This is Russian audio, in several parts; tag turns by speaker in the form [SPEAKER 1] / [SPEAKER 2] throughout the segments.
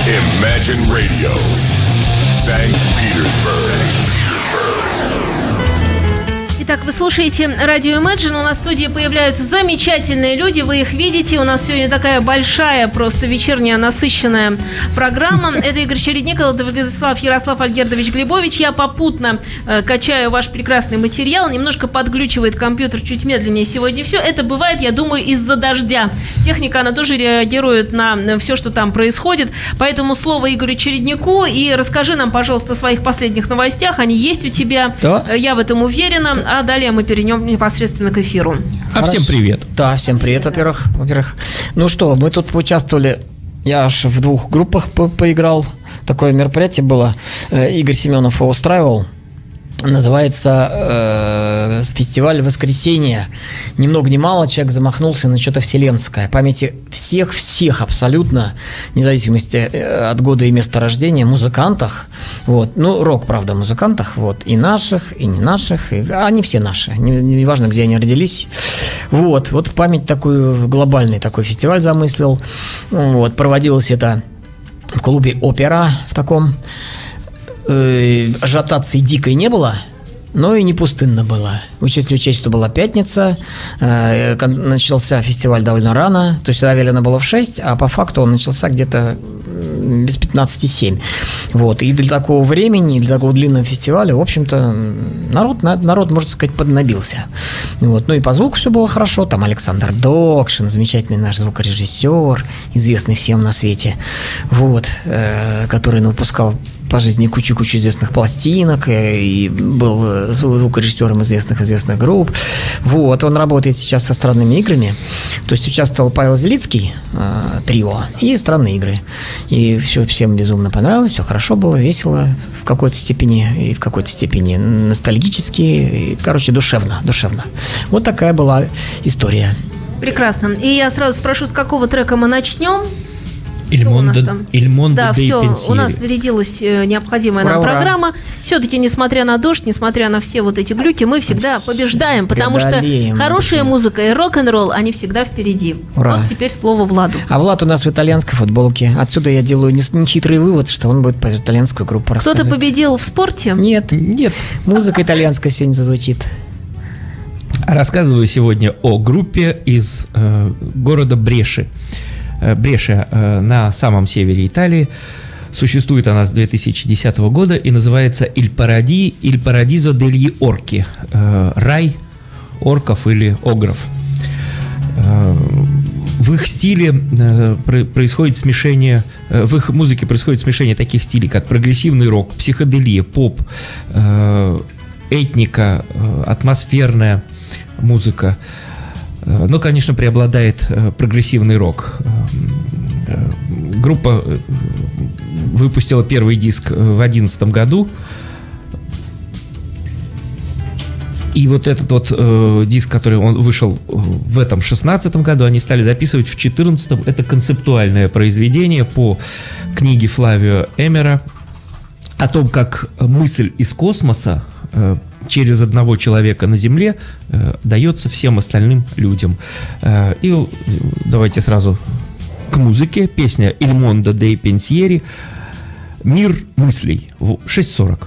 [SPEAKER 1] Imagine Radio, St. Petersburg.
[SPEAKER 2] Итак, вы слушаете радио Imagine. У нас в студии появляются замечательные люди. Вы их видите. У нас сегодня такая большая, просто вечерняя, насыщенная программа. Это Игорь Чередников, Владислав Ярослав Альгердович Глебович. Я попутно качаю ваш прекрасный материал. Немножко подглючивает компьютер чуть медленнее сегодня. Все это бывает, я думаю, из-за дождя. Техника, она тоже реагирует на все, что там происходит. Поэтому слово Игорю Череднику. И расскажи нам, пожалуйста, о своих последних новостях. Они есть у тебя. Да. Я в этом уверена. А далее мы перейдем непосредственно к эфиру.
[SPEAKER 3] Всем привет.
[SPEAKER 4] Да, всем привет, во-первых. Ну что, мы тут поучаствовали, я аж в 2 группах поиграл. Такое мероприятие было, Игорь Семенов его устраивал. Называется фестиваль «Воскресенье». Ни много ни мало человек замахнулся на что-то вселенское. Памяти всех абсолютно, вне зависимости от года и места рождения, музыкантах. Вот. Ну, рок, правда, музыкантах. Вот. И наших, и не наших. Они все наши. Неважно, где они родились. Вот в память такой глобальный такой фестиваль замыслил. Вот. Проводилось это в клубе «Опера» в таком. Ажиотации дикой не было, но и не пустынно было. Если учесть, что была пятница, начался фестиваль довольно рано, то есть завелено было в 6, а по факту он начался где-то без 15:07. Вот. И для такого времени, для такого длинного фестиваля, в общем-то, народ, можно сказать, поднабился. Вот. Ну и по звуку все было хорошо. Там Александр Докшин, замечательный наш звукорежиссер, известный всем на свете, вот, который выпускал по жизни кучу известных пластинок и был звукорежиссером известных групп. Вот, он работает сейчас со странными играми. То есть участвовал Павел Зелицкий, трио, и странные игры. И все всем безумно понравилось, все хорошо было, весело в какой-то степени ностальгически, и, короче, душевно. Вот такая была история.
[SPEAKER 2] Прекрасно. И я сразу спрошу, с какого трека мы начнем?
[SPEAKER 3] Il Mondo
[SPEAKER 2] да,
[SPEAKER 3] dei
[SPEAKER 2] все,
[SPEAKER 3] Pensieri.
[SPEAKER 2] у нас зарядилась необходимая нам программа. Все-таки, несмотря на дождь, несмотря на все вот эти глюки, мы всегда побеждаем, потому что хорошая музыка и рок-н-ролл, они всегда впереди.
[SPEAKER 4] Ура.
[SPEAKER 2] Вот теперь слово Владу.
[SPEAKER 4] А Влад у нас в итальянской футболке. Отсюда я делаю нехитрый вывод, что он будет по итальянскую группу рассказывать.
[SPEAKER 2] Кто-то победил в спорте?
[SPEAKER 4] Нет. Музыка итальянская сегодня зазвучит.
[SPEAKER 3] Рассказываю сегодня о группе из города Бреши. Бреша на самом севере Италии. Существует она с 2010 года и называется Il Paradiso degli Orchi. Рай орков или огров. В их стиле происходит смешение, в их музыке происходит смешение таких стилей, как прогрессивный рок, психоделия, поп, этника, атмосферная музыка. Но, конечно, преобладает прогрессивный рок. Группа выпустила первый диск в 2011 году. И вот этот вот диск, который он вышел в этом 2016 году, они стали записывать в 2014. Это концептуальное произведение по книге Флавио Эмера о том, как мысль из космоса через одного человека на Земле дается всем остальным людям. И давайте сразу к музыке. Песня «Il Mondo dei Pensieri», «Мир мыслей» в 6:40.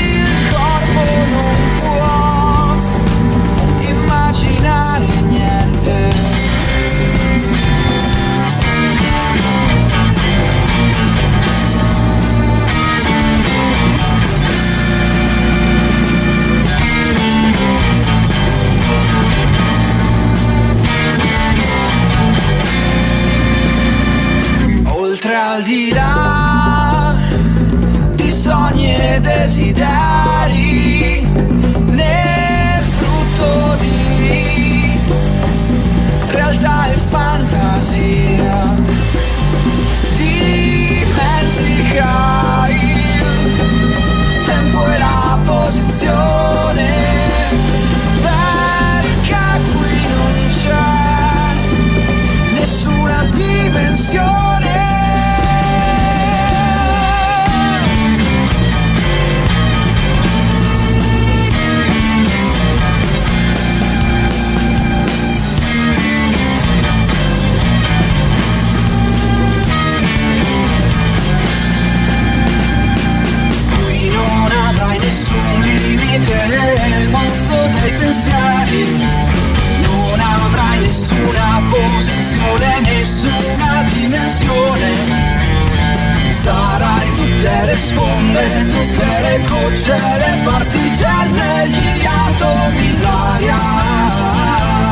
[SPEAKER 5] Immaginare niente. sponde, tutte le gocce, le particelle, gli atomi, l'aria.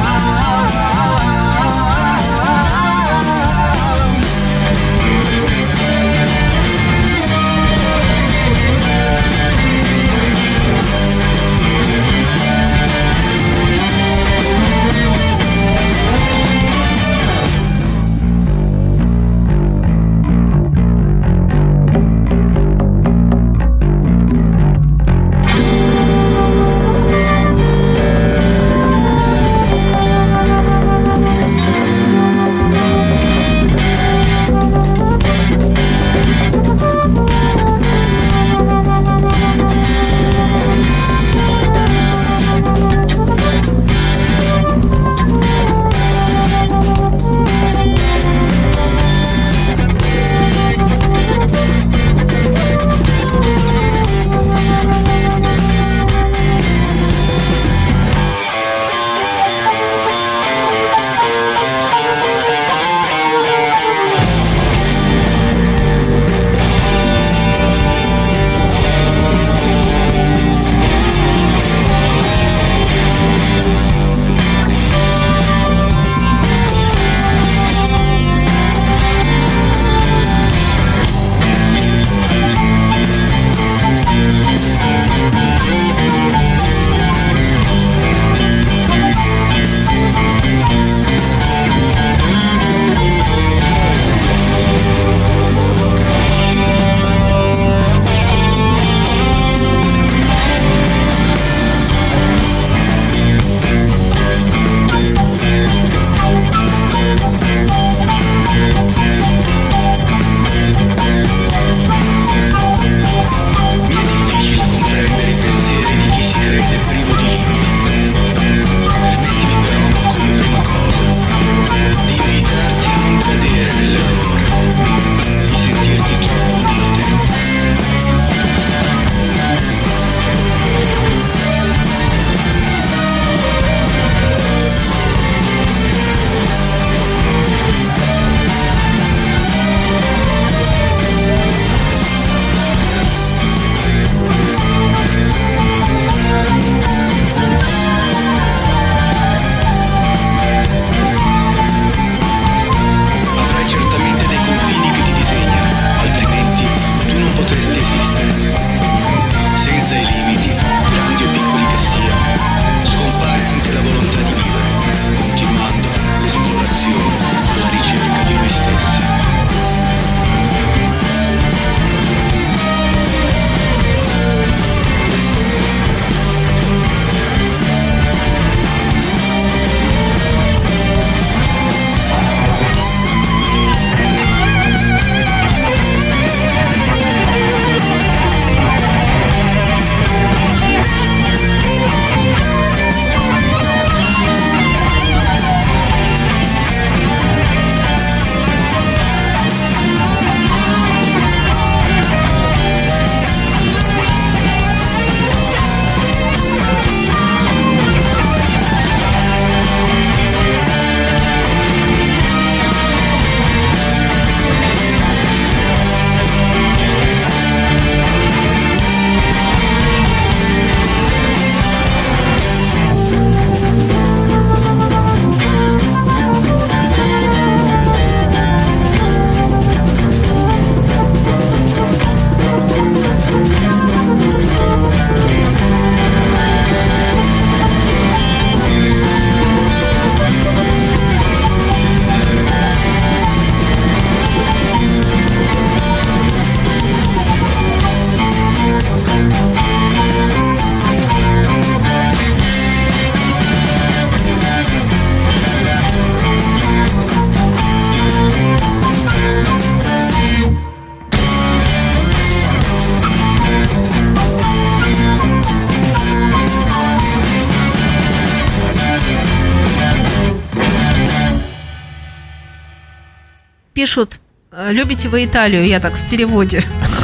[SPEAKER 2] Пишут, любите вы Италию, я так в переводе.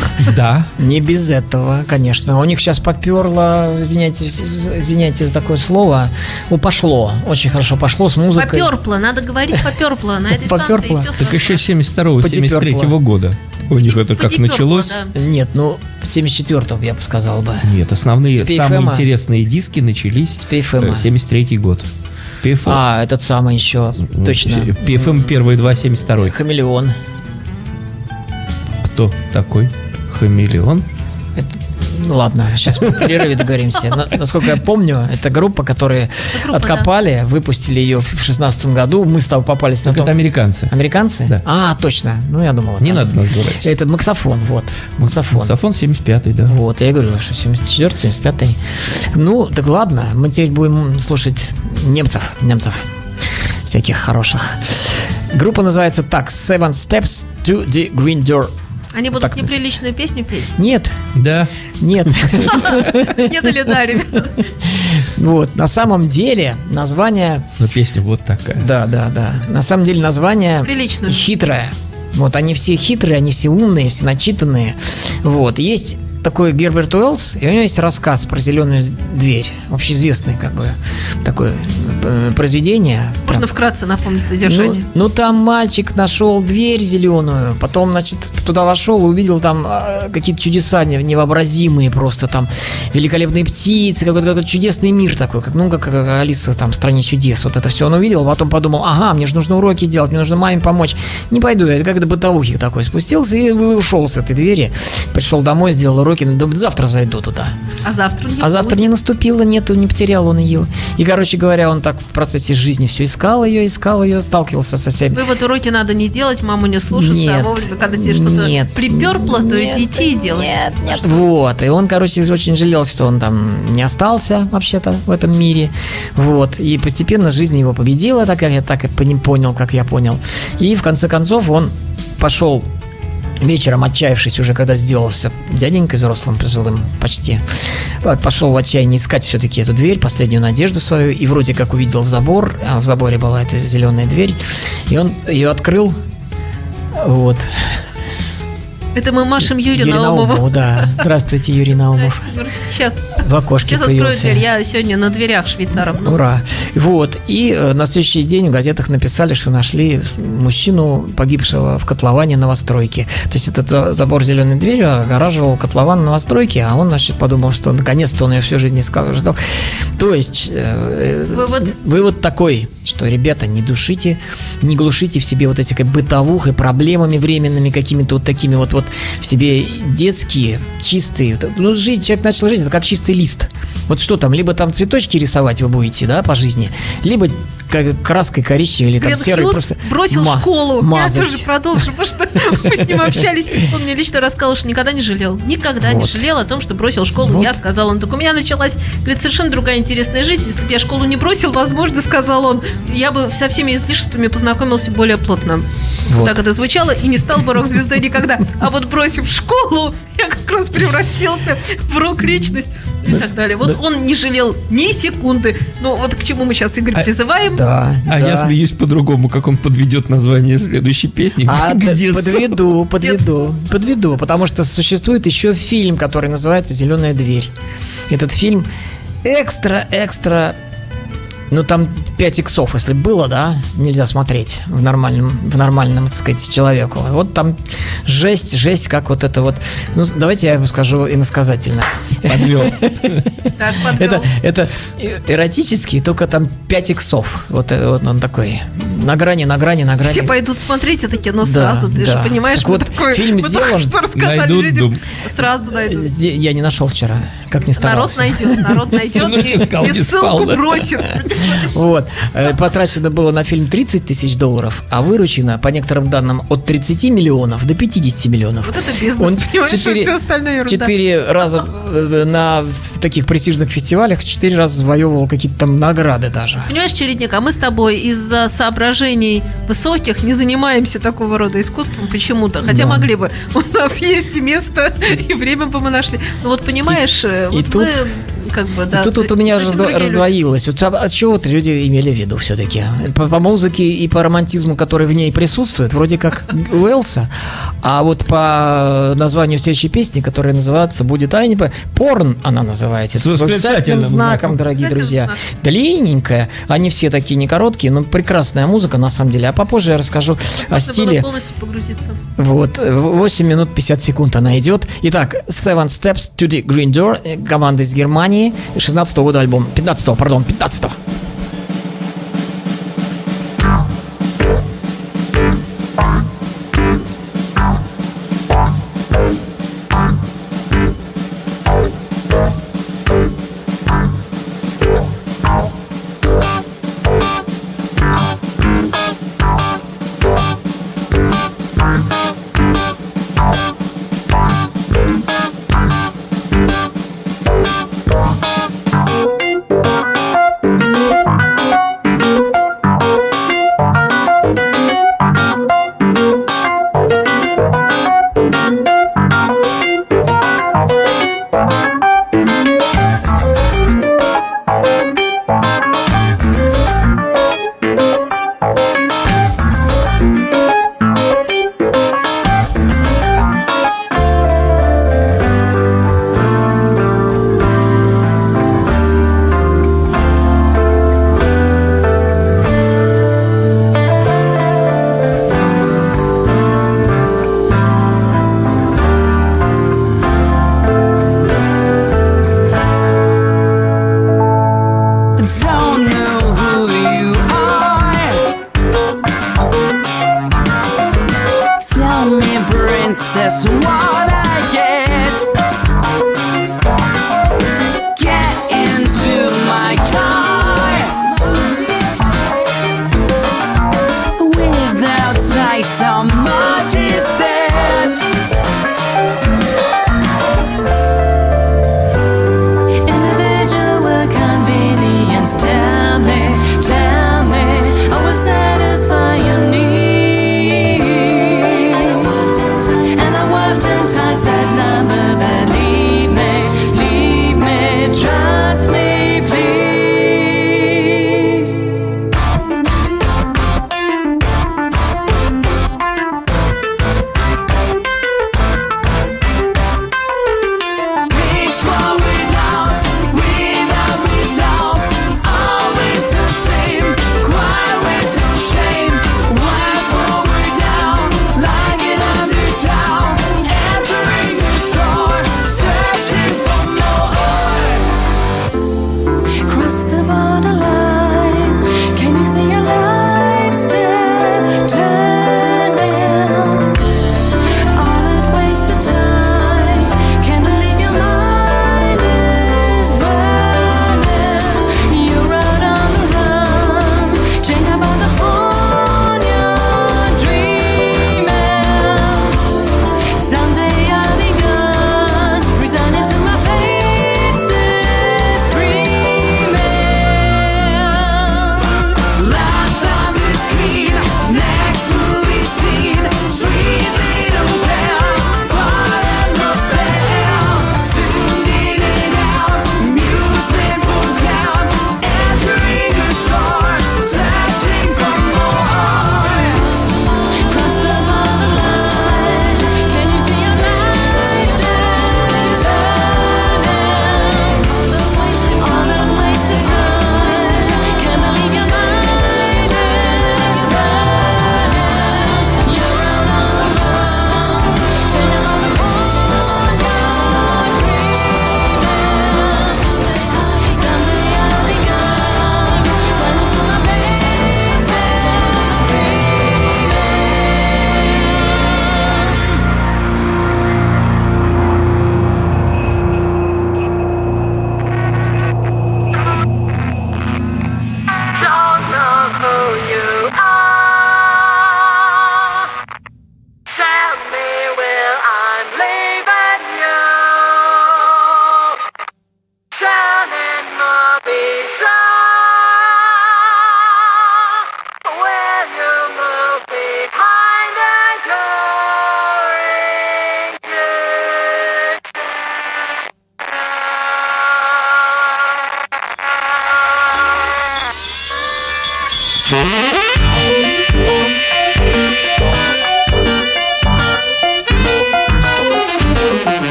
[SPEAKER 3] Да.
[SPEAKER 4] Не без этого, конечно. У них сейчас поперло, извиняйте за такое слово, пошло, очень хорошо пошло с музыкой.
[SPEAKER 2] Поперпло, надо говорить поперпло на этой станции.
[SPEAKER 4] Поперпло.
[SPEAKER 3] Так еще 72-73 года. У них это как
[SPEAKER 2] Потеперку,
[SPEAKER 3] началось?
[SPEAKER 2] да.
[SPEAKER 4] Нет, ну, в 74-м, я бы сказал бы.
[SPEAKER 3] Нет, основные,
[SPEAKER 4] С PFM-а.
[SPEAKER 3] самые интересные диски начались
[SPEAKER 4] PFM-а.
[SPEAKER 3] 73-й год. PFM.
[SPEAKER 4] А, этот самый еще, точно.
[SPEAKER 3] PFM первые два, 72-й.
[SPEAKER 4] Хамелеон.
[SPEAKER 3] Кто такой? Хамелеон?
[SPEAKER 4] Ну, ладно, сейчас мы в перерыве договоримся. Насколько я помню, это группа, которые
[SPEAKER 2] группа,
[SPEAKER 4] откопали, выпустили ее в 16-м году. Мы с тобой попались на
[SPEAKER 3] Так это
[SPEAKER 4] том...
[SPEAKER 3] американцы.
[SPEAKER 4] Американцы?
[SPEAKER 3] Да.
[SPEAKER 4] А, точно. Ну, я думал.
[SPEAKER 3] Не
[SPEAKER 4] это-
[SPEAKER 3] надо нас дурачить.
[SPEAKER 4] Это максофон, вот. Максофон.
[SPEAKER 3] Сафон 75-й, да.
[SPEAKER 4] Вот, я говорю, что 74-й, 75-й. Ну, так ладно, мы теперь будем слушать немцев. Всяких хороших. Группа называется так: Seven Steps to the Green Door.
[SPEAKER 2] Они будут
[SPEAKER 4] Так
[SPEAKER 2] неприличную песню петь?
[SPEAKER 4] Нет,
[SPEAKER 3] Да.
[SPEAKER 4] нет.
[SPEAKER 2] Нет или да, ребята?
[SPEAKER 4] Вот, на самом деле название...
[SPEAKER 3] Но песня вот такая.
[SPEAKER 4] Да. На самом деле название
[SPEAKER 2] Приличное.
[SPEAKER 4] хитрое. Вот, они все хитрые, они все умные, все начитанные. Вот, есть такой Герберт Уэллс, и у него есть рассказ про зеленую дверь. Общеизвестное, как бы, такое произведение. Прям.
[SPEAKER 2] Можно вкратце напомнить содержание.
[SPEAKER 4] Ну, там мальчик нашел дверь зеленую, потом, значит, туда вошел и увидел там какие-то чудеса невообразимые просто, там великолепные птицы, какой-то чудесный мир такой, как Алиса там в «Стране чудес». Вот это все он увидел, потом подумал: ага, мне же нужно уроки делать, мне нужно маме помочь. Не пойду, это как до бытовухи такой. Спустился и ушел с этой двери, пришел домой, сделал уроки, думаю, завтра зайду туда.
[SPEAKER 2] А завтра не
[SPEAKER 4] А завтра
[SPEAKER 2] будет.
[SPEAKER 4] не наступило, нету, не потерял он ее. И, короче говоря, он так в процессе жизни все искал ее, сталкивался со всеми.
[SPEAKER 2] Вывод: уроки надо не делать, маму не слушаться,
[SPEAKER 4] Нет.
[SPEAKER 2] а вовремя, когда тебе что-то
[SPEAKER 4] Нет.
[SPEAKER 2] приперпло, то
[SPEAKER 4] Нет.
[SPEAKER 2] идти и делать.
[SPEAKER 4] Нет. Вот. И он, короче, очень жалел, что он там не остался вообще-то в этом мире. Вот. И постепенно жизнь его победила, так как я так и понял, как я понял. И в конце концов он пошел вечером, отчаявшись уже, когда сделался дяденькой взрослым, пожилым почти, пошел в отчаянии искать все-таки эту дверь, последнюю надежду свою, и вроде как увидел забор, а в заборе была эта зеленая дверь, и он ее открыл. Вот.
[SPEAKER 2] Это мы машем Юрию Наумову.
[SPEAKER 4] да. Здравствуйте, Юрий Наумов.
[SPEAKER 2] Сейчас.
[SPEAKER 4] В окошке
[SPEAKER 2] Сейчас открою
[SPEAKER 4] появился.
[SPEAKER 2] дверь. Я сегодня на дверях швейцаром. Ну,
[SPEAKER 4] Ура. Вот. И на следующий день в газетах написали, что нашли мужчину, погибшего в котловане новостройки. То есть этот забор зеленой дверью огораживал котлован новостройки, а он, значит, подумал, что наконец-то он ее всю жизнь искал. Ждал. То есть вывод такой, что, ребята, не душите, не глушите в себе вот эти как бытовухой, проблемами временными какими-то вот такими вот в себе детские, чистые. Ну, жизнь, человек начал жить, это как чистый лист. Вот что там, либо там цветочки рисовать вы будете, да, по жизни, либо краской коричневой или там
[SPEAKER 2] Глен
[SPEAKER 4] серой
[SPEAKER 2] Хьюз
[SPEAKER 4] просто
[SPEAKER 2] бросил школу.
[SPEAKER 4] мазать.
[SPEAKER 2] Я тоже продолжу, потому что мы с ним общались. Он мне лично рассказал, что никогда не жалел. Никогда не
[SPEAKER 4] Вот.
[SPEAKER 2] жалел о том, что бросил школу.
[SPEAKER 4] Вот.
[SPEAKER 2] Я сказал, он так: у меня началась, говорит, совершенно другая интересная жизнь. Если бы я школу не бросил, возможно, сказал он, я бы со всеми излишествами познакомился более плотно.
[SPEAKER 4] Вот.
[SPEAKER 2] Так это звучало, и не стал бы рок-звездой никогда. А вот бросив школу, я как раз превратился в рок-личность. И так далее. Вот он не жалел ни секунды. Ну, вот к чему мы сейчас, Игорь, призываем.
[SPEAKER 4] Да,
[SPEAKER 3] А
[SPEAKER 4] да.
[SPEAKER 3] я смеюсь по-другому, как он подведет название следующей песни. Где
[SPEAKER 4] подведу, потому что существует еще фильм, который называется «Зеленая дверь». Этот фильм экстра, ну там 5 иксов, если было, да, нельзя смотреть в нормальном, так сказать, человеку. Вот там жесть, как вот это вот. Ну, давайте я скажу иносказательно.
[SPEAKER 3] подвел.
[SPEAKER 2] Так, подвел.
[SPEAKER 4] Это эротический, только там 5 иксов. Вот он такой. На грани.
[SPEAKER 2] Все пойдут смотреть это кино
[SPEAKER 4] Да,
[SPEAKER 2] сразу. Ты
[SPEAKER 4] да.
[SPEAKER 2] же понимаешь,
[SPEAKER 4] Так
[SPEAKER 2] мы
[SPEAKER 4] вот,
[SPEAKER 2] такой,
[SPEAKER 4] фильм
[SPEAKER 2] мы только
[SPEAKER 4] сделан,
[SPEAKER 2] что рассказали
[SPEAKER 3] найдут,
[SPEAKER 2] людям.
[SPEAKER 3] дум.
[SPEAKER 2] Сразу найдут.
[SPEAKER 4] Я не нашел вчера, как ни
[SPEAKER 2] Народ
[SPEAKER 4] старался.
[SPEAKER 2] найдет
[SPEAKER 3] ночь искал,
[SPEAKER 2] и
[SPEAKER 3] не спал,
[SPEAKER 2] ссылку
[SPEAKER 3] да?
[SPEAKER 2] бросит.
[SPEAKER 4] Вот. Потрачено было на фильм $30 тысяч, а выручено, по некоторым данным, от 30 миллионов до 50 миллионов.
[SPEAKER 2] Вот это бизнес, понимаешь, а все остальное ерунда.
[SPEAKER 4] 4 раза на таких престижных фестивалях 4 раза завоевывал какие-то там награды даже.
[SPEAKER 2] Понимаешь, Чередник, а мы с тобой из-за соображений высоких не занимаемся такого рода искусством почему-то. Хотя
[SPEAKER 4] Да.
[SPEAKER 2] могли бы. У нас есть и место, и время бы мы нашли. Ну вот понимаешь,
[SPEAKER 4] И
[SPEAKER 2] вот
[SPEAKER 4] тут
[SPEAKER 2] как бы, да.
[SPEAKER 4] Тут у меня же раздвоилось. Вот, от чего вот люди имели в виду все-таки? По музыке и по романтизму, который в ней присутствует, вроде как Уэлса, а вот по названию следующей песни, которая называется «Будет Айнипа», «Порн» она называется.
[SPEAKER 3] С восклицательным
[SPEAKER 4] знаком, дорогие друзья. Длинненькая. Они все такие не короткие, но прекрасная музыка на самом деле. А попозже я расскажу о стиле.
[SPEAKER 2] Полностью погрузиться.
[SPEAKER 4] Вот, 8 минут 50 секунд она идет. Итак, Seven Steps to the Green Door, команда из Германии, 16-го года альбом, 15-го.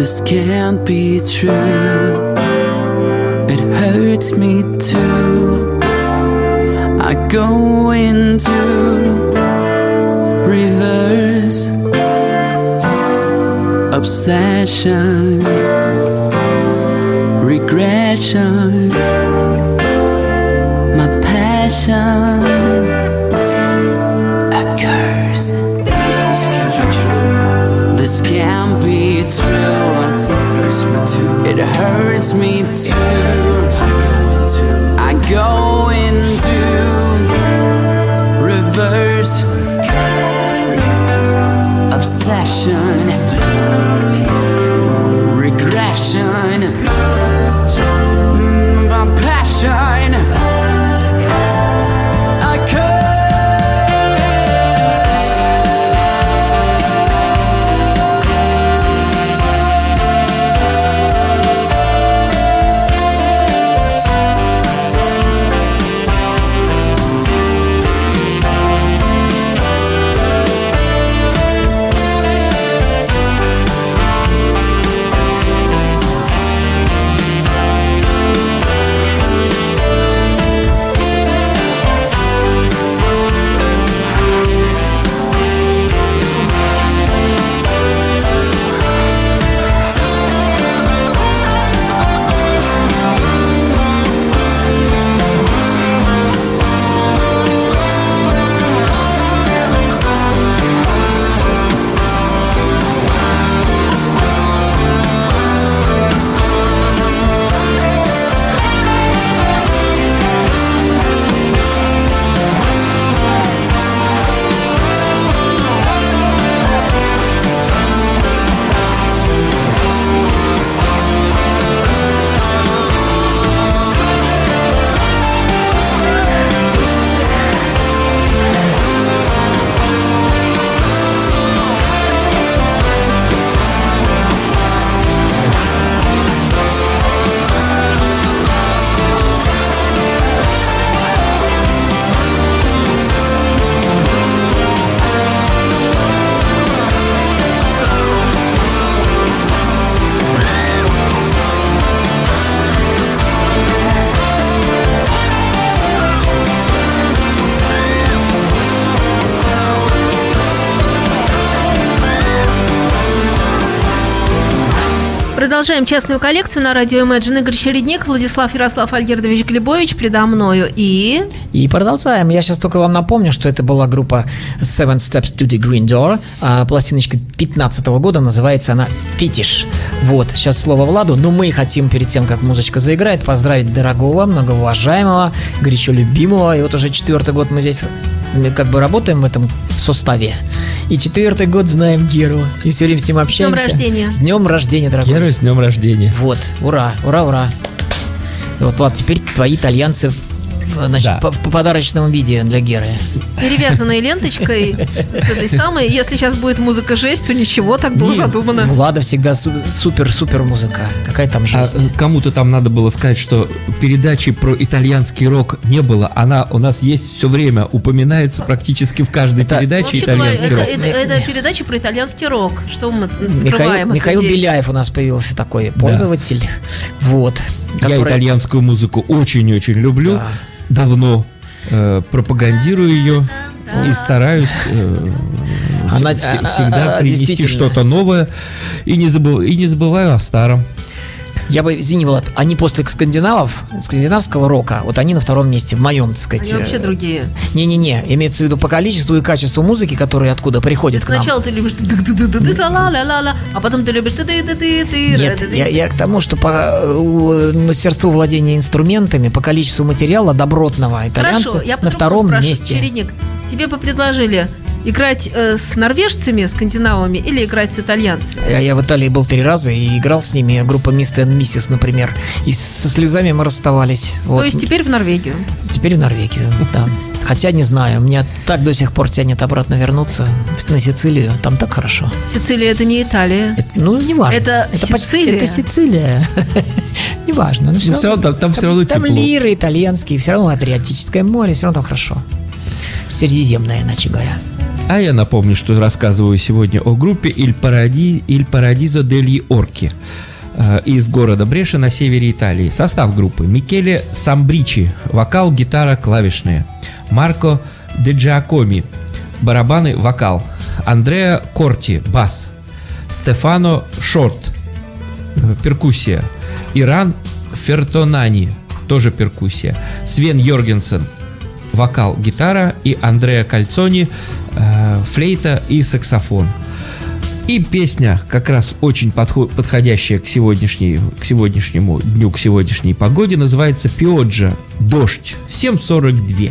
[SPEAKER 6] This can't be true. It hurts me too. I go into reverse obsession, regression. My passion occurs. This can't be true. It hurts me too. I go into reverse obsession, regression. My passion
[SPEAKER 2] Продолжаем частную коллекцию на радио Imagine. Игорь Чередник, Владислав Ярослав Альгердович Глебович предо мною и
[SPEAKER 4] продолжаем. Я сейчас только вам напомню, что это была группа Seven Steps to the Green Door. Пластиночка 2015 года, называется она «Фетиш». Вот, сейчас слово Владу, но мы хотим перед тем, как музычка заиграет, поздравить дорогого, многоуважаемого, горячо любимого. И вот уже 4-й год мы здесь как бы работаем в этом составе. И 4-й год знаем Геру. И все время с ним общаемся.
[SPEAKER 2] С днем рождения.
[SPEAKER 4] С днем рождения, дорогой.
[SPEAKER 3] Геру, с днем рождения.
[SPEAKER 4] Вот, ура, ура, ура. И вот, Влад, теперь твои итальянцы, значит,
[SPEAKER 3] Да.
[SPEAKER 4] по подарочному виде для Геры.
[SPEAKER 2] перевязанной ленточкой с этой самой. Если сейчас будет музыка жесть, то ничего, так было задумано.
[SPEAKER 4] У Влада всегда супер-супер музыка. Какая там
[SPEAKER 3] А
[SPEAKER 4] жесть.
[SPEAKER 3] кому-то там надо было сказать, что передачи про итальянский рок не было. Она у нас есть все время, упоминается практически в каждой передаче
[SPEAKER 2] Вообще говоря,
[SPEAKER 3] итальянский рок.
[SPEAKER 2] это передача про итальянский рок. Что мы скрываем от
[SPEAKER 4] Михаил
[SPEAKER 2] людей?
[SPEAKER 4] Беляев у нас появился такой пользователь. Вот.
[SPEAKER 3] Я
[SPEAKER 4] который-
[SPEAKER 3] итальянскую музыку очень-очень люблю.
[SPEAKER 4] Да.
[SPEAKER 3] Давно пропагандирую ее и стараюсь
[SPEAKER 4] Она-
[SPEAKER 3] всегда принести
[SPEAKER 4] действительно.
[SPEAKER 3] что-то новое и не забываю о старом.
[SPEAKER 4] Я бы, извини, Влад, они после скандинавского рока, вот они на втором месте, в моем, так сказать.
[SPEAKER 2] Они вообще другие.
[SPEAKER 4] Не-не-не, имеется в виду по количеству и качеству музыки, которые откуда приходят к нам.
[SPEAKER 2] Сначала ты любишь ла-ла-ла-ла, а потом ты любишь ты-ты-ты-ты.
[SPEAKER 4] Нет, я к тому, что по мастерству владения инструментами, по количеству материала добротного итальянцы
[SPEAKER 2] Хорошо, я
[SPEAKER 4] на втором месте.
[SPEAKER 2] Чередник, тебе бы предложили играть с норвежцами, скандинавами или играть с итальянцами?
[SPEAKER 4] Я в Италии был 3 раза и играл с ними, группа Mr. and Mrs., например. И со слезами мы расставались. Вот.
[SPEAKER 2] То есть теперь в Норвегию.
[SPEAKER 4] Теперь в Норвегию, да. Хотя не знаю, меня так до сих пор тянет обратно вернуться на Сицилию. Там так хорошо.
[SPEAKER 2] Сицилия — это не Италия.
[SPEAKER 4] Ну, не важно.
[SPEAKER 2] Это Сицилия.
[SPEAKER 4] Это Сицилия. Неважно.
[SPEAKER 3] Ну, всё равно там всё равно
[SPEAKER 4] Там
[SPEAKER 3] тепло.
[SPEAKER 4] лиры итальянские, все равно Адриатическое море, все равно там хорошо. Средиземное, иначе говоря.
[SPEAKER 3] А я напомню, что рассказываю сегодня о группе Il Paradiso degli Orchi из города Бреши на севере Италии. Состав группы: Микеле Самбричи, вокал, гитара, клавишные; Марко Де Джиакоми, барабаны, вокал; Андреа Корти, бас; Стефано Шорт, перкуссия; Иран Фертонани, тоже перкуссия; Свен Йоргенсен, вокал, гитара; и Андреа Кальцони, флейта и саксофон. И песня, как раз очень подходящая к сегодняшнему дню, к сегодняшней погоде, называется «Пиоджа», «Дождь», 7:42.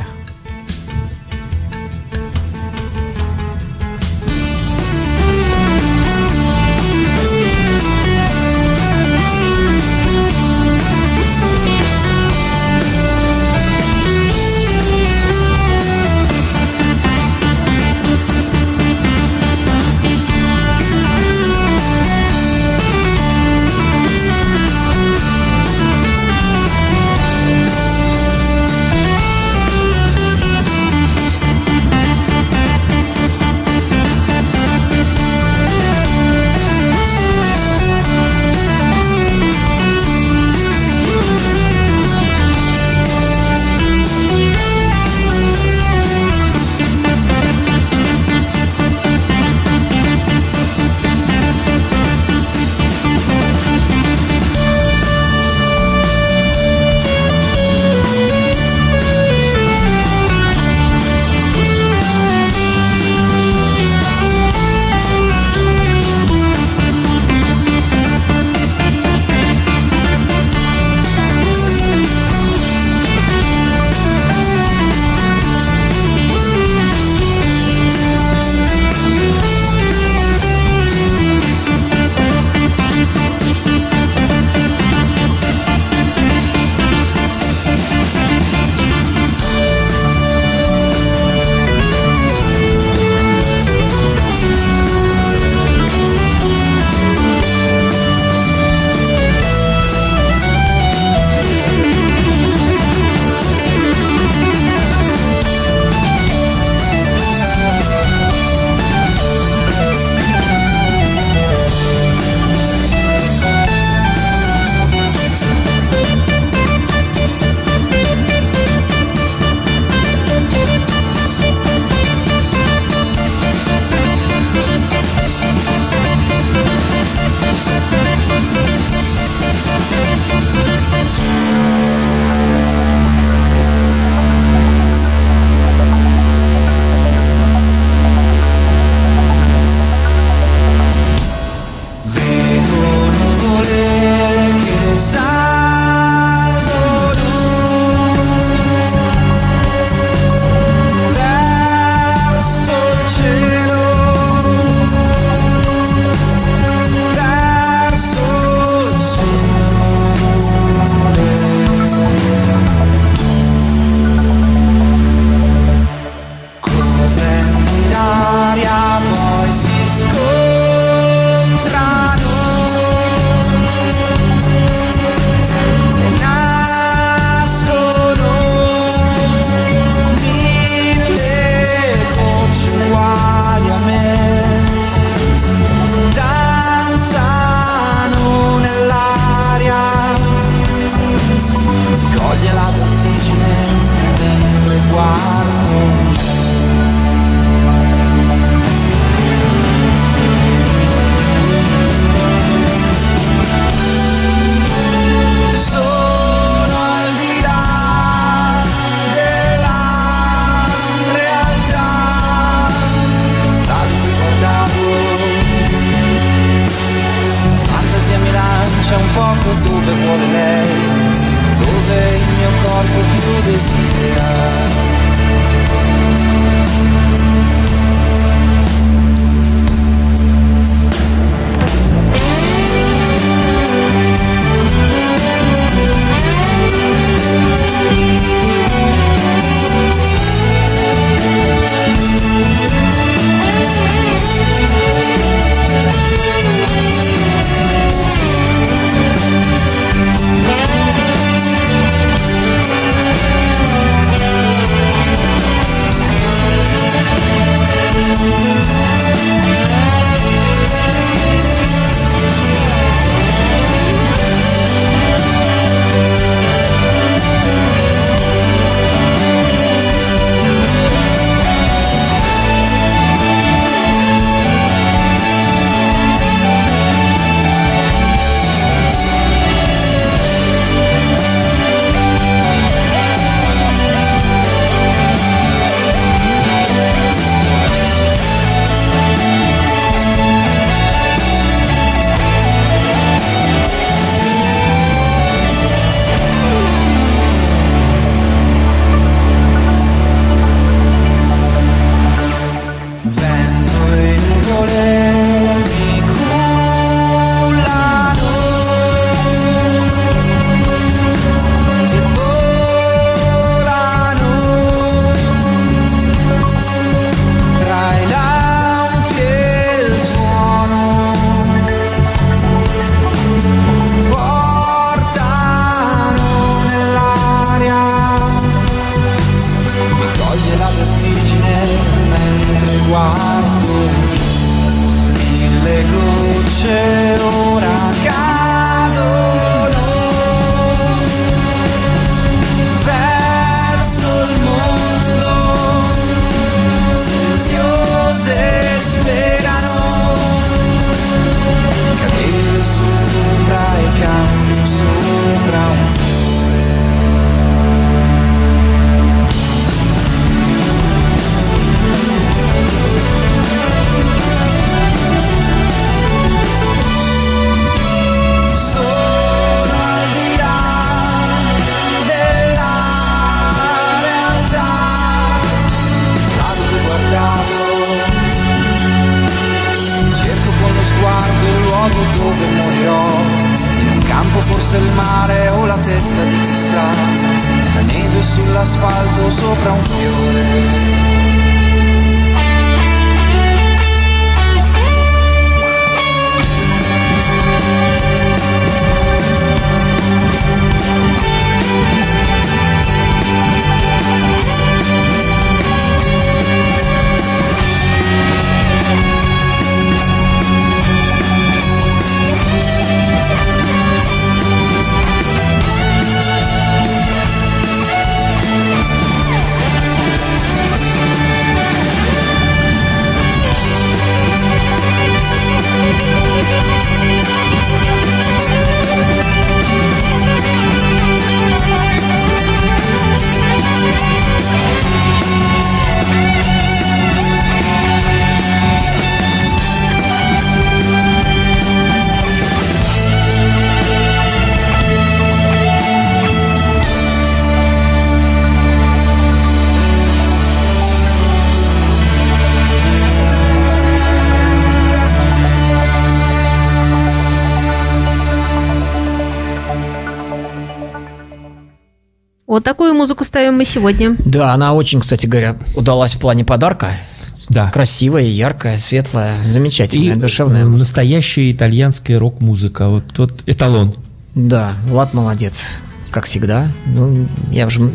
[SPEAKER 2] Вот такую музыку ставим мы сегодня.
[SPEAKER 4] Да, она очень, кстати говоря, удалась в плане подарка.
[SPEAKER 3] Да.
[SPEAKER 4] Красивая, яркая, светлая, замечательная,
[SPEAKER 3] И
[SPEAKER 4] душевная.
[SPEAKER 3] настоящая итальянская рок-музыка. Вот эталон.
[SPEAKER 4] Да, Влад молодец, как всегда. Ну, я уже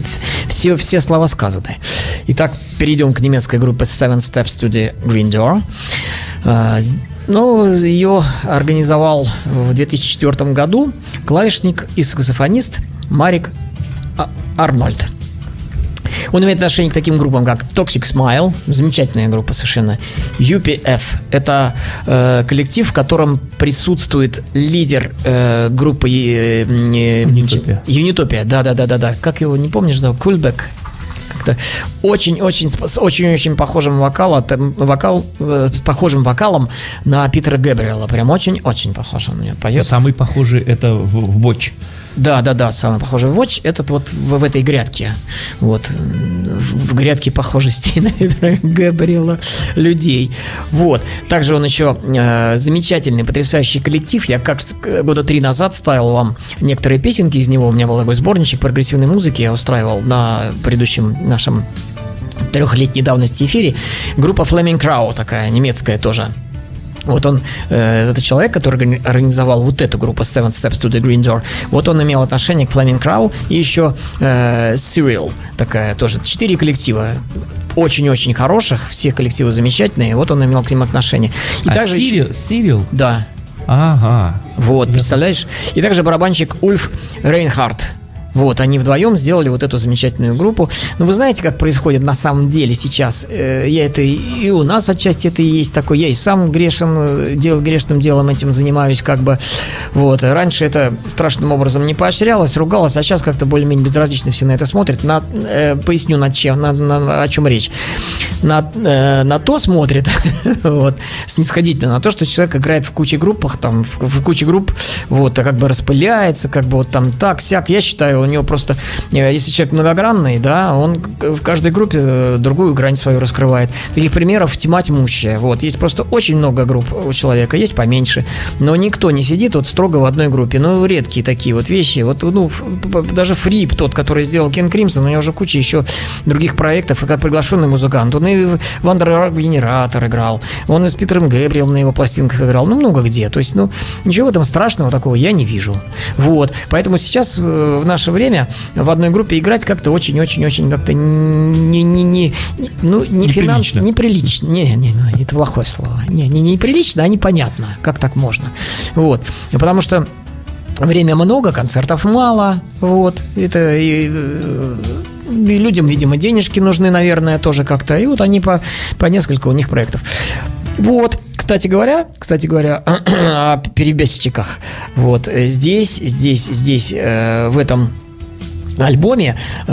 [SPEAKER 4] все слова сказаны. Итак, перейдем к немецкой группе Seven Steps to the Green Door. Ну, ее организовал в 2004 году клавишник и саксофонист Марик Арнольд. Он имеет отношение к таким группам, как Toxic Smile, замечательная группа совершенно, UPF, это коллектив, в котором присутствует лидер группы Unitopia, да, как его, не помнишь, зовут, Кульбек, как-то очень похожим с похожим вокалом на Питера Гэбриэла, прям очень похож он мне поет.
[SPEAKER 3] Самый похожий это в Watch.
[SPEAKER 4] Да, самый похожий Watch, этот вот в этой грядке, вот, в грядке похожестей на Питера Гэбриэла людей, вот. Также он еще замечательный, потрясающий коллектив, я как года 3 назад ставил вам некоторые песенки из него, у меня был такой сборничек прогрессивной музыки, я устраивал на предыдущем нашем 3-летней давности эфире, группа Flaming Crow, такая немецкая тоже. Вот он, этот человек, который организовал вот эту группу Seven Steps to the Green Door, вот он имел отношение к Flaming Crow и еще Serial, такая тоже, 4 коллектива. Очень-очень хороших, все коллективы замечательные, вот он имел к ним отношение. И также
[SPEAKER 3] Serial?
[SPEAKER 4] Да.
[SPEAKER 3] Ага.
[SPEAKER 4] Вот, представляешь? И также барабанщик Ульф Рейнхард. Вот, они вдвоем сделали вот эту замечательную группу. Но вы знаете, как происходит на самом деле сейчас? Я это и у нас отчасти это и есть такое. Я и сам грешным делом этим занимаюсь, как бы. Вот. Раньше это страшным образом не поощрялось, ругалось, а сейчас как-то более-менее безразлично все на это смотрят. Поясню, о чем речь. На то смотрит, вот, снисходительно, на то, что человек играет в куче группах, там, в куче групп, вот, а как бы распыляется, как бы вот там так-сяк. Я считаю, у него просто, если человек многогранный, да, он в каждой группе другую грань свою раскрывает. Таких примеров тьма тьмущая. Вот. Есть просто очень много групп у человека, есть поменьше, но никто не сидит вот строго в одной группе. Ну, редкие такие вот вещи. Вот, ну, даже Фрип, тот, который сделал King Crimson, у него уже куча еще других проектов, и как приглашенный музыкант. Он и Вандер Генератор играл, он и с Питером Гэбриэлом на его пластинках играл, ну, много где. То есть, ну, ничего в этом страшного такого я не вижу. Вот. Поэтому сейчас в наше время в одной группе играть как-то очень-очень-очень как-то неприлично. Не, это плохое слово. Не неприлично, а непонятно. Как так можно? Вот. Потому что время много, концертов мало. Вот. Это и людям, видимо, денежки нужны, наверное, тоже как-то. И вот они по несколько у них проектов. Вот. Кстати говоря, о перебесчиках. Вот здесь, в этом альбоме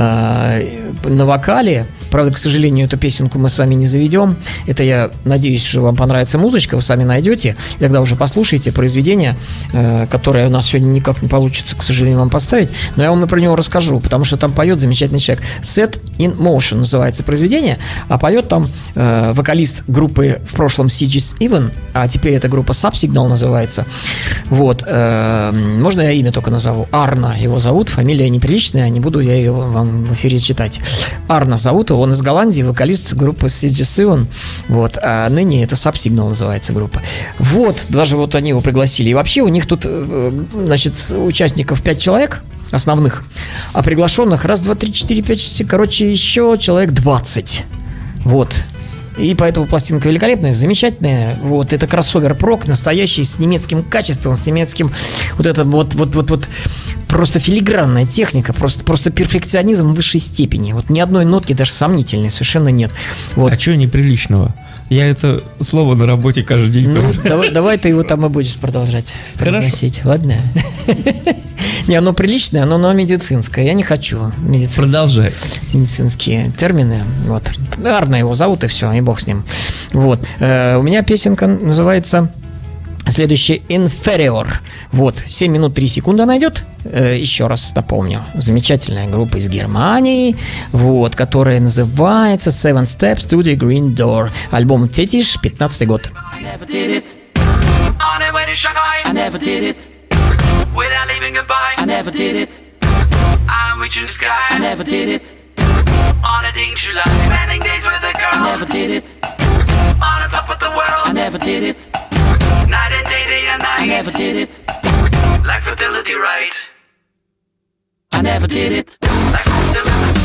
[SPEAKER 4] на вокале, правда, к сожалению, эту песенку мы с вами не заведем. Это я надеюсь, что вам понравится музычка, вы сами найдете, и тогда уже послушаете произведение, которое у нас сегодня никак не получится, к сожалению, вам поставить, но я вам про него расскажу, потому что там поет замечательный человек. Set in Motion называется произведение, а поет там вокалист группы в прошлом Sigis Even, а теперь эта группа Subsignal называется. Вот. Можно я имя только назову? Арна его зовут, фамилия неприличная, не буду я ее вам в эфире читать. Арна зовут его, он из Голландии, вокалист группы Sigis Even, вот, а ныне это Subsignal называется группа. Вот, даже вот они его пригласили. И вообще у них тут, значит, участников 5 человек основных, а приглашенных 1, 2, 3, 4, 5, 6, короче, еще человек 20. Вот. И поэтому пластинка великолепная, замечательная. Вот, это кроссовер-прок, настоящий, с немецким качеством, с немецким вот это вот просто филигранная техника, просто перфекционизм высшей степени. Вот ни одной нотки даже сомнительной совершенно нет. Вот.
[SPEAKER 3] А чего неприличного? Я это слово на работе каждый день.
[SPEAKER 4] Давай ты его там и будешь продолжать произносить. Ладно? Не, оно приличное, но медицинское. Я не хочу
[SPEAKER 3] Продолжай.
[SPEAKER 4] Медицинские термины. Вот. Арна его зовут, и все, и бог с ним. Вот. У меня песенка называется следующая Inferior. Вот. 7 минут 3 секунды она идет. Еще раз напомню. Замечательная группа из Германии, вот, которая называется Seven Steps to the Green Door. Альбом Фетиш, 15-й год.
[SPEAKER 6] I never did it. I never did it. Without leaving goodbye. I never did it. I'm reaching the sky. I never did it. On a day in July. Spending days with a girl. I never did it. On the top of the world. I never did it. Night and day and night. I never did it. Like fertility right. I never did it. Like fertility.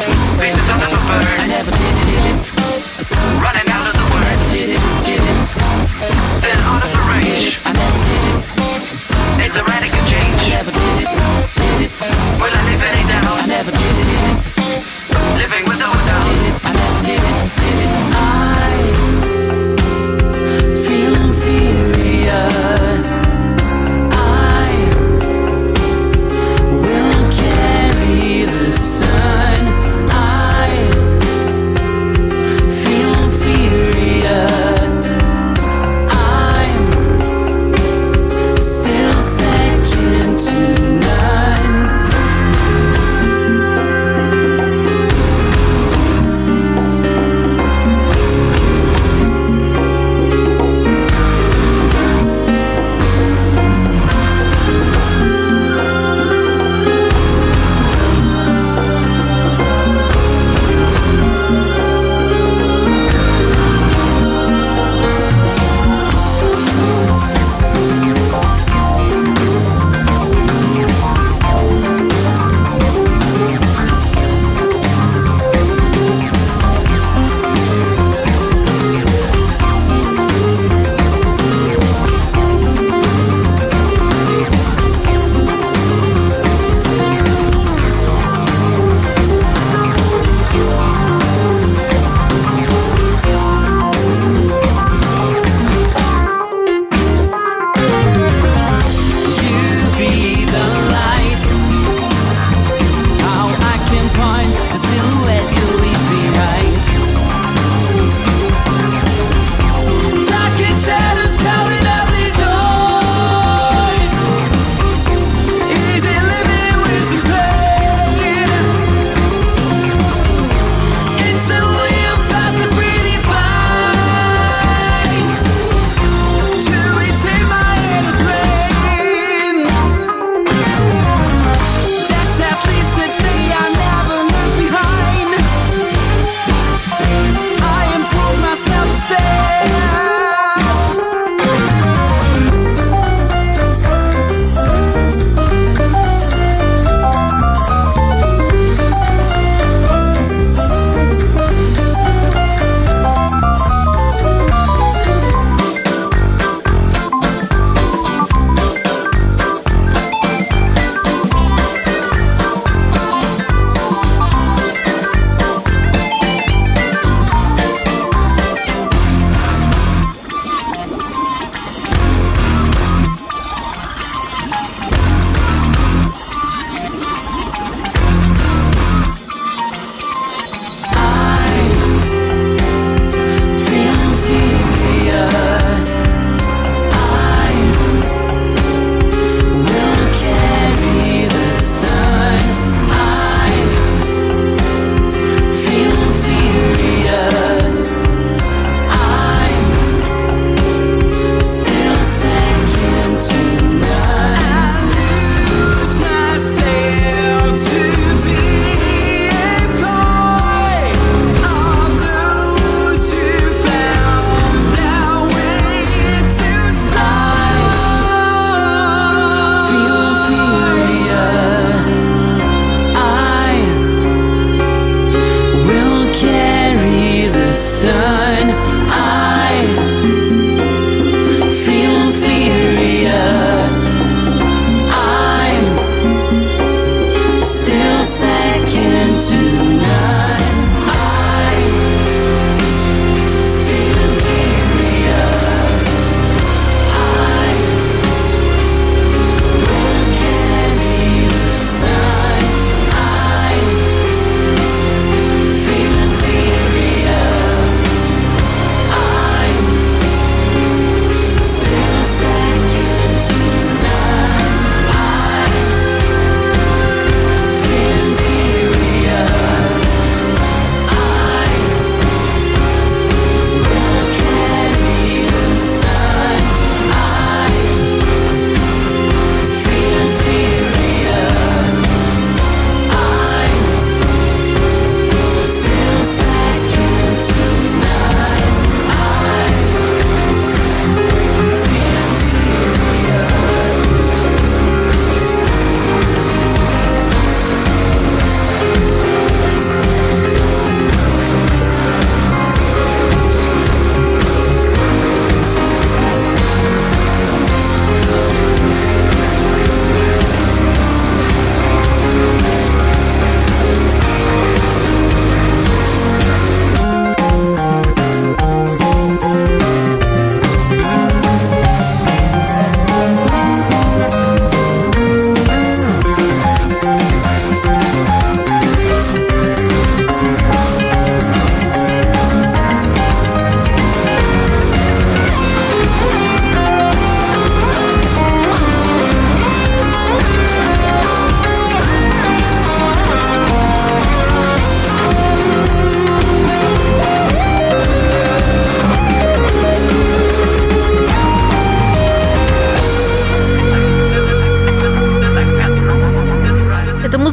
[SPEAKER 6] I never did it. Running out of the word. Did it.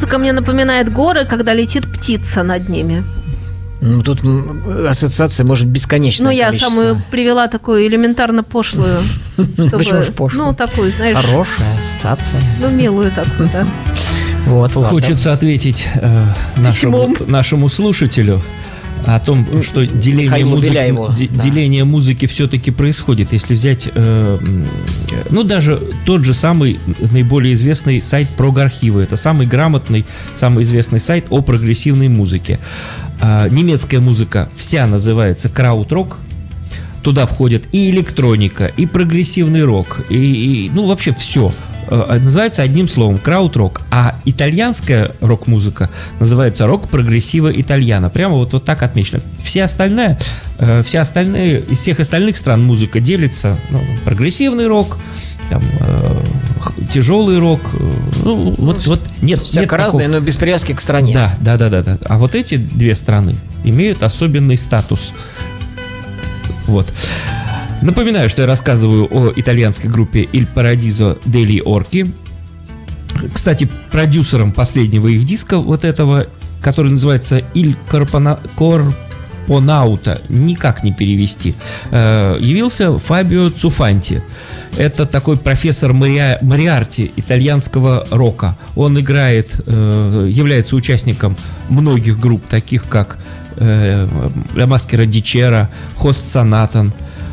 [SPEAKER 2] музыка мне напоминает горы, когда летит птица над ними.
[SPEAKER 4] Ну, тут ассоциация может бесконечная.
[SPEAKER 2] Ну, я самую привела такую элементарно пошлую.
[SPEAKER 4] Почему же пошлую?
[SPEAKER 2] Ну, такую, знаешь.
[SPEAKER 4] Хорошая ассоциация.
[SPEAKER 2] Ну, милую такую, да.
[SPEAKER 4] Вот, ладно.
[SPEAKER 3] Хочется ответить нашему слушателю о том, что деление музыки все-таки происходит. Если взять, даже тот же самый наиболее известный сайт Prog-архивы. Это самый грамотный, самый известный сайт о прогрессивной музыке. Немецкая музыка вся называется крауд-рок. Туда входит и электроника, и прогрессивный рок, и вообще все. Называется одним словом крауд-рок. А итальянская рок-музыка называется рок-прогрессива итальяна. Прямо вот так отмечено. Все остальные, из всех остальных стран музыка делится. Прогрессивный рок, там, тяжелый рок. Нет.
[SPEAKER 4] Всяко разное, но без привязки к стране.
[SPEAKER 3] Да. А вот эти две страны имеют особенный статус. Вот. Напоминаю, что я рассказываю о итальянской группе Il Paradiso degli Orchi. Кстати, продюсером последнего их диска, вот этого, который называется Il Corponauta, никак не перевести, явился Фабио Цуфанти. Это такой профессор Мориарти итальянского рока. Он является участником многих групп, таких как La Maschera di Cera, Host Sonatan,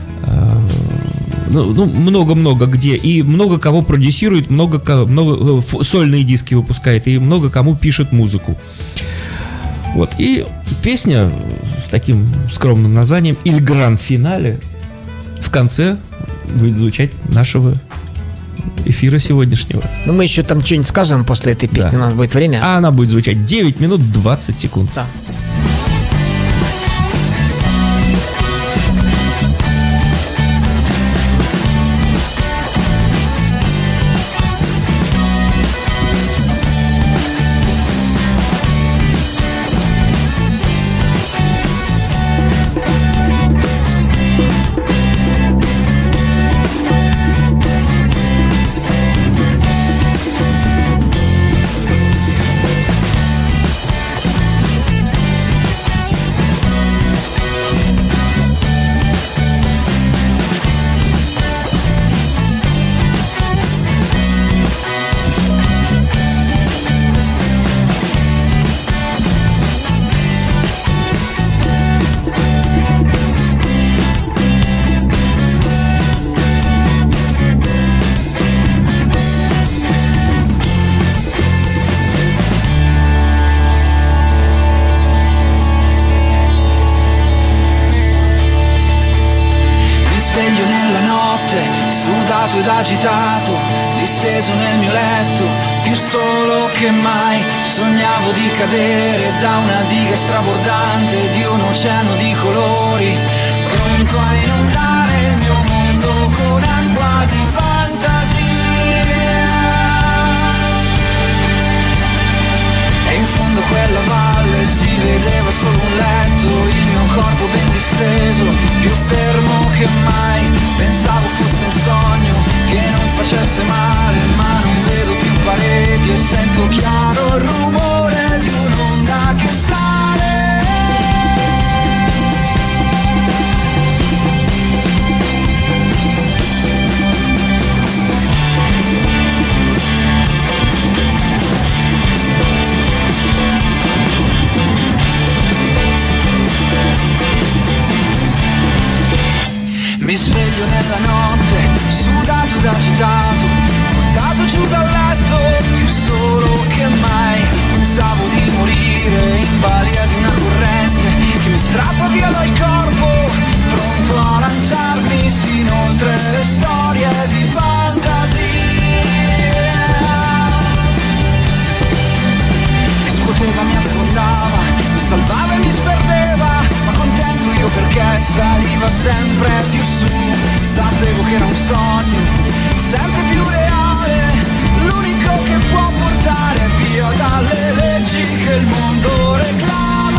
[SPEAKER 3] много-много где, и много кого продюсирует, много сольные диски выпускает, и много кому пишет музыку. Вот, и песня с таким скромным названием «Il Gran Finale» в конце будет звучать нашего эфира сегодняшнего.
[SPEAKER 4] Ну, мы еще там что-нибудь скажем после этой песни, да. У нас будет время.
[SPEAKER 3] А она будет звучать 9 минут 20 секунд.
[SPEAKER 4] Да.
[SPEAKER 5] ed agitato, disteso nel mio letto, più solo che mai. Sognavo di cadere da una diga strabordante di un oceano di colori, pronto a inondare il mio mondo con acqua di fantasia. E in fondo a quella valle si vedeva solo un letto, il mio corpo ben disteso, più fermo che mai. Pensavo fosse un sogno che non facesse male, ma non vedo più pareti e sento chiaro il rumore di un'onda che sale. Mi sveglio nella notte, sudato ed agitato, buttato giù dal letto, più solo che mai. Pensavo di morire in balia di una corrente che mi strappa via dal corpo, pronto a lanciarmi sin oltre le storie di fantasia. Mi scuoteva, mi affondava, mi salvava e mi sperdeva, ma contento io perché saliva sempre più su. Sapevo che era un sogno, sempre più reale, l'unico che può portare via dalle leggi che il mondo reclama.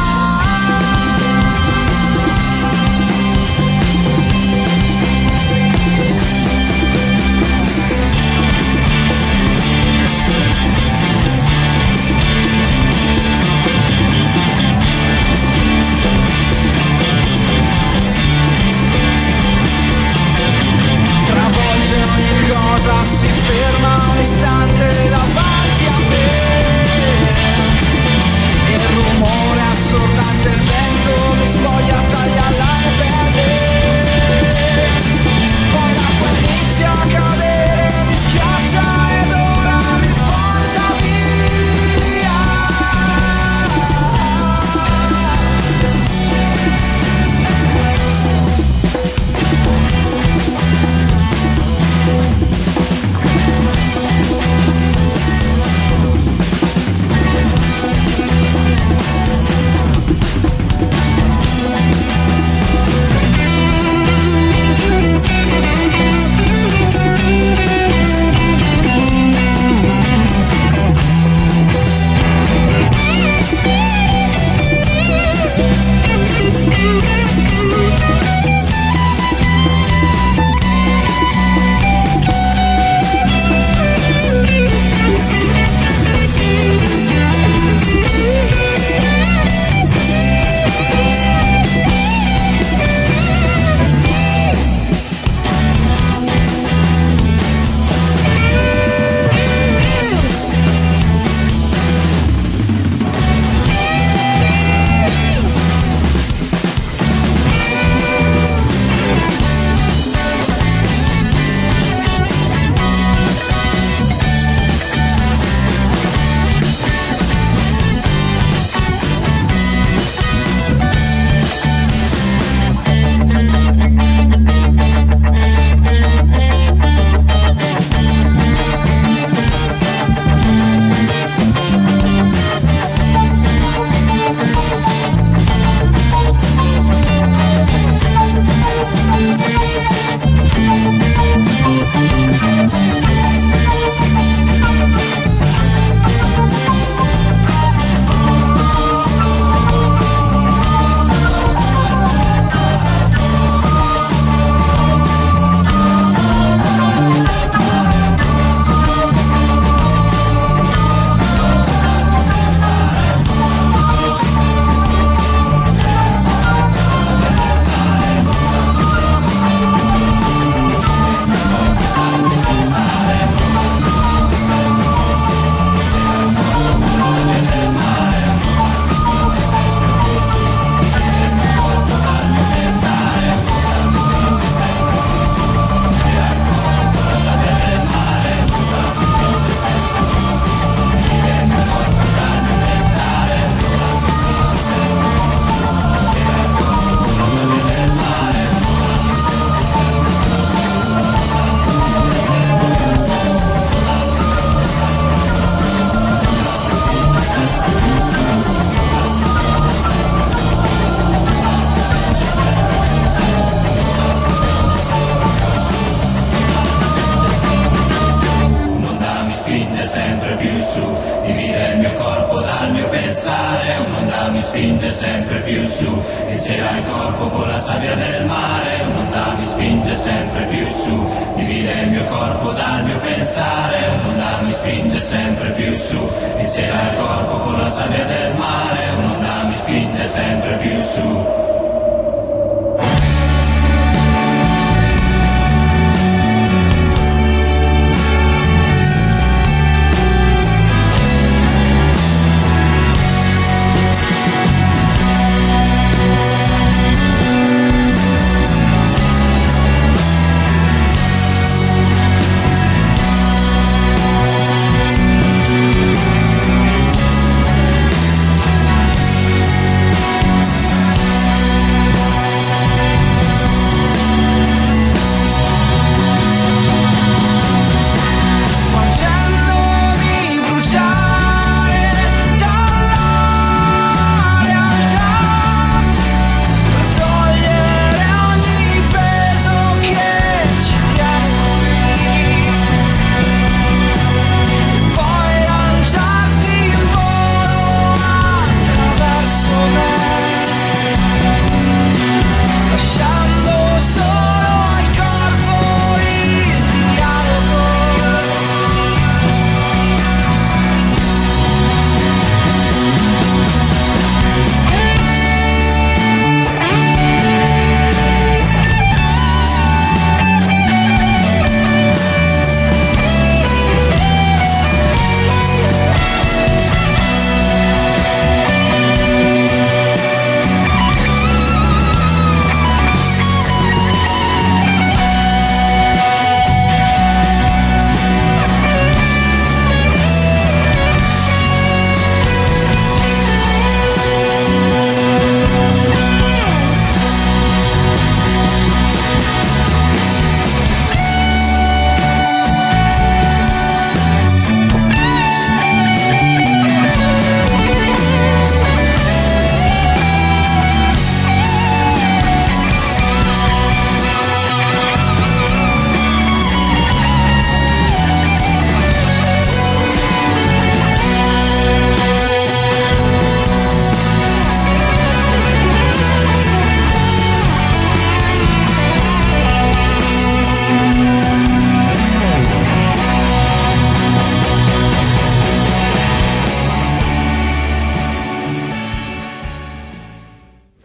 [SPEAKER 5] si ferma un istante davanti a me. Il rumore assordante, il vento mi spoglia, taglia l'aria per me. Poi l'acqua inizia a cadere, mi schiaccia ed ora mi porta via.
[SPEAKER 7] spinge sempre più su, e cela il corpo con la sabbia del mare. Un'onda mi spinge sempre più su, divide il mio corpo dal mio pensare. Un'onda mi spinge sempre più su, e cela il corpo con la sabbia del mare. Un'onda mi spinge sempre più su.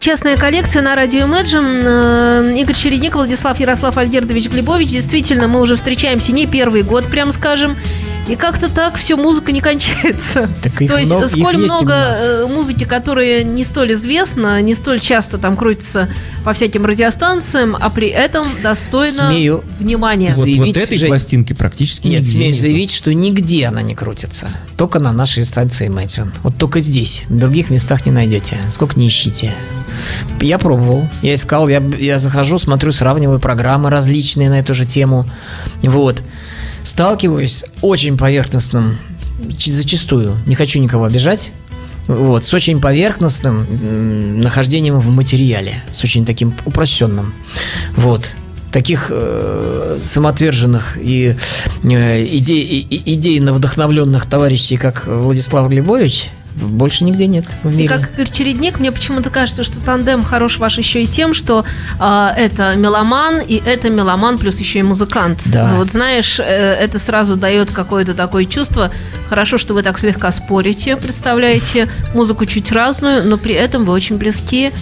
[SPEAKER 2] Частная коллекция на радио Imagine. Игорь Чередник, Владислав Ярослав Альгердович Глебович. Действительно, мы уже встречаемся не первый год, прям скажем. И как-то так все, музыка не кончается. То есть, сколь много музыки, которая не столь известна, не столь часто там крутится по всяким радиостанциям, а при этом достойна внимания.
[SPEAKER 3] Вот этой пластинки практически
[SPEAKER 4] нет.
[SPEAKER 3] Нет,
[SPEAKER 4] смею заявить, что нигде она не крутится. Только на нашей станции Imagine. Вот только здесь. В других местах не найдете. Сколько не ищите. Я пробовал, я искал, я захожу, смотрю, сравниваю программы различные на эту же тему. Вот. Сталкиваюсь с очень поверхностным, зачастую, не хочу никого обижать, вот, с очень поверхностным нахождением в материале, с очень таким упрощенным. Вот. Таких самоотверженных и идейно вдохновленных товарищей, как Владислав Глебович, больше нигде нет в мире.
[SPEAKER 2] И как Игорь Чередник, мне почему-то кажется, что тандем хорош ваш еще и тем, что это меломан, и это меломан плюс еще и музыкант.
[SPEAKER 4] Да.
[SPEAKER 2] Вот знаешь, это сразу дает какое-то такое чувство. Хорошо, что вы так слегка спорите, представляете музыку чуть разную, но при этом вы очень близки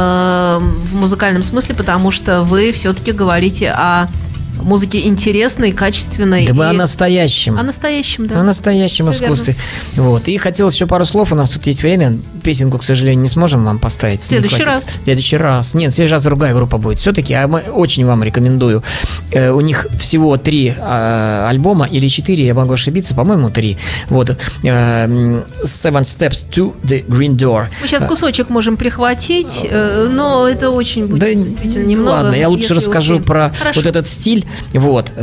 [SPEAKER 2] в музыкальном смысле, потому что вы все-таки говорите о музыки интересной, качественной.
[SPEAKER 4] Да мы о настоящем.
[SPEAKER 2] О настоящем, да.
[SPEAKER 4] О настоящем искусстве. Вот. И хотелось еще пару слов. У нас тут есть время. Песенку, к сожалению, не сможем вам поставить.
[SPEAKER 2] В следующий раз.
[SPEAKER 4] В следующий раз. Нет, в следующий раз другая группа будет. Все-таки, а мы очень вам рекомендую. У них всего 3 альбома или 4, я могу ошибиться, по-моему, 3. Вот. Seven Steps to the Green Door.
[SPEAKER 2] Мы сейчас кусочек можем прихватить, но это очень будет действительно немного.
[SPEAKER 4] Ладно, я лучше расскажу про вот этот стиль. Вот.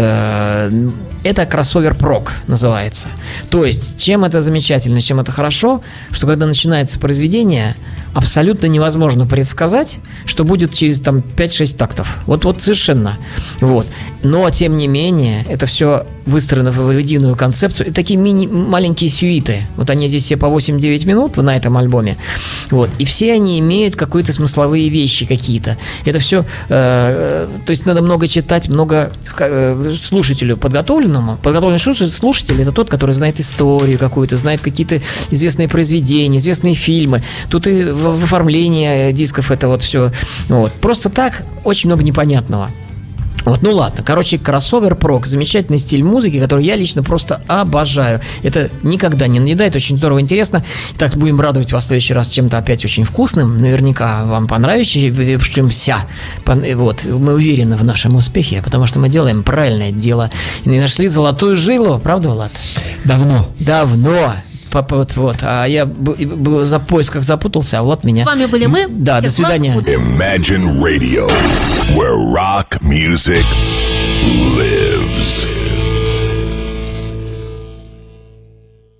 [SPEAKER 4] Это кроссовер-прог называется. То есть, чем это замечательно, чем это хорошо, что когда начинается произведение, абсолютно невозможно предсказать, что будет через там 5-6 тактов. Вот совершенно. Вот. Но, тем не менее, это все выстроено в единую концепцию. И такие маленькие сюиты. Вот они здесь все по 8-9 минут на этом альбоме. Вот. И все они имеют какие-то смысловые вещи какие-то. Это все... то есть надо много читать, много слушателю подготовленному. Подготовленный слушатель – это тот, который знает историю какую-то, знает какие-то известные произведения, известные фильмы. Тут и в оформлении дисков это вот все. Вот. Просто так очень много непонятного. Вот, ну ладно, короче, кроссовер-прог, замечательный стиль музыки, который я лично просто обожаю. Это никогда не надоедает, очень здорово, интересно. Итак, будем радовать вас в следующий раз чем-то опять очень вкусным, наверняка вам понравившимся. Вот, мы уверены в нашем успехе, потому что мы делаем правильное дело. И нашли золотую жилу, правда, Влад?
[SPEAKER 3] Давно.
[SPEAKER 4] Вот. А я за поисках запутался, а Влад меня...
[SPEAKER 2] С вами были мы.
[SPEAKER 4] Да, до свидания.
[SPEAKER 1] Imagine Radio, where rock music lives.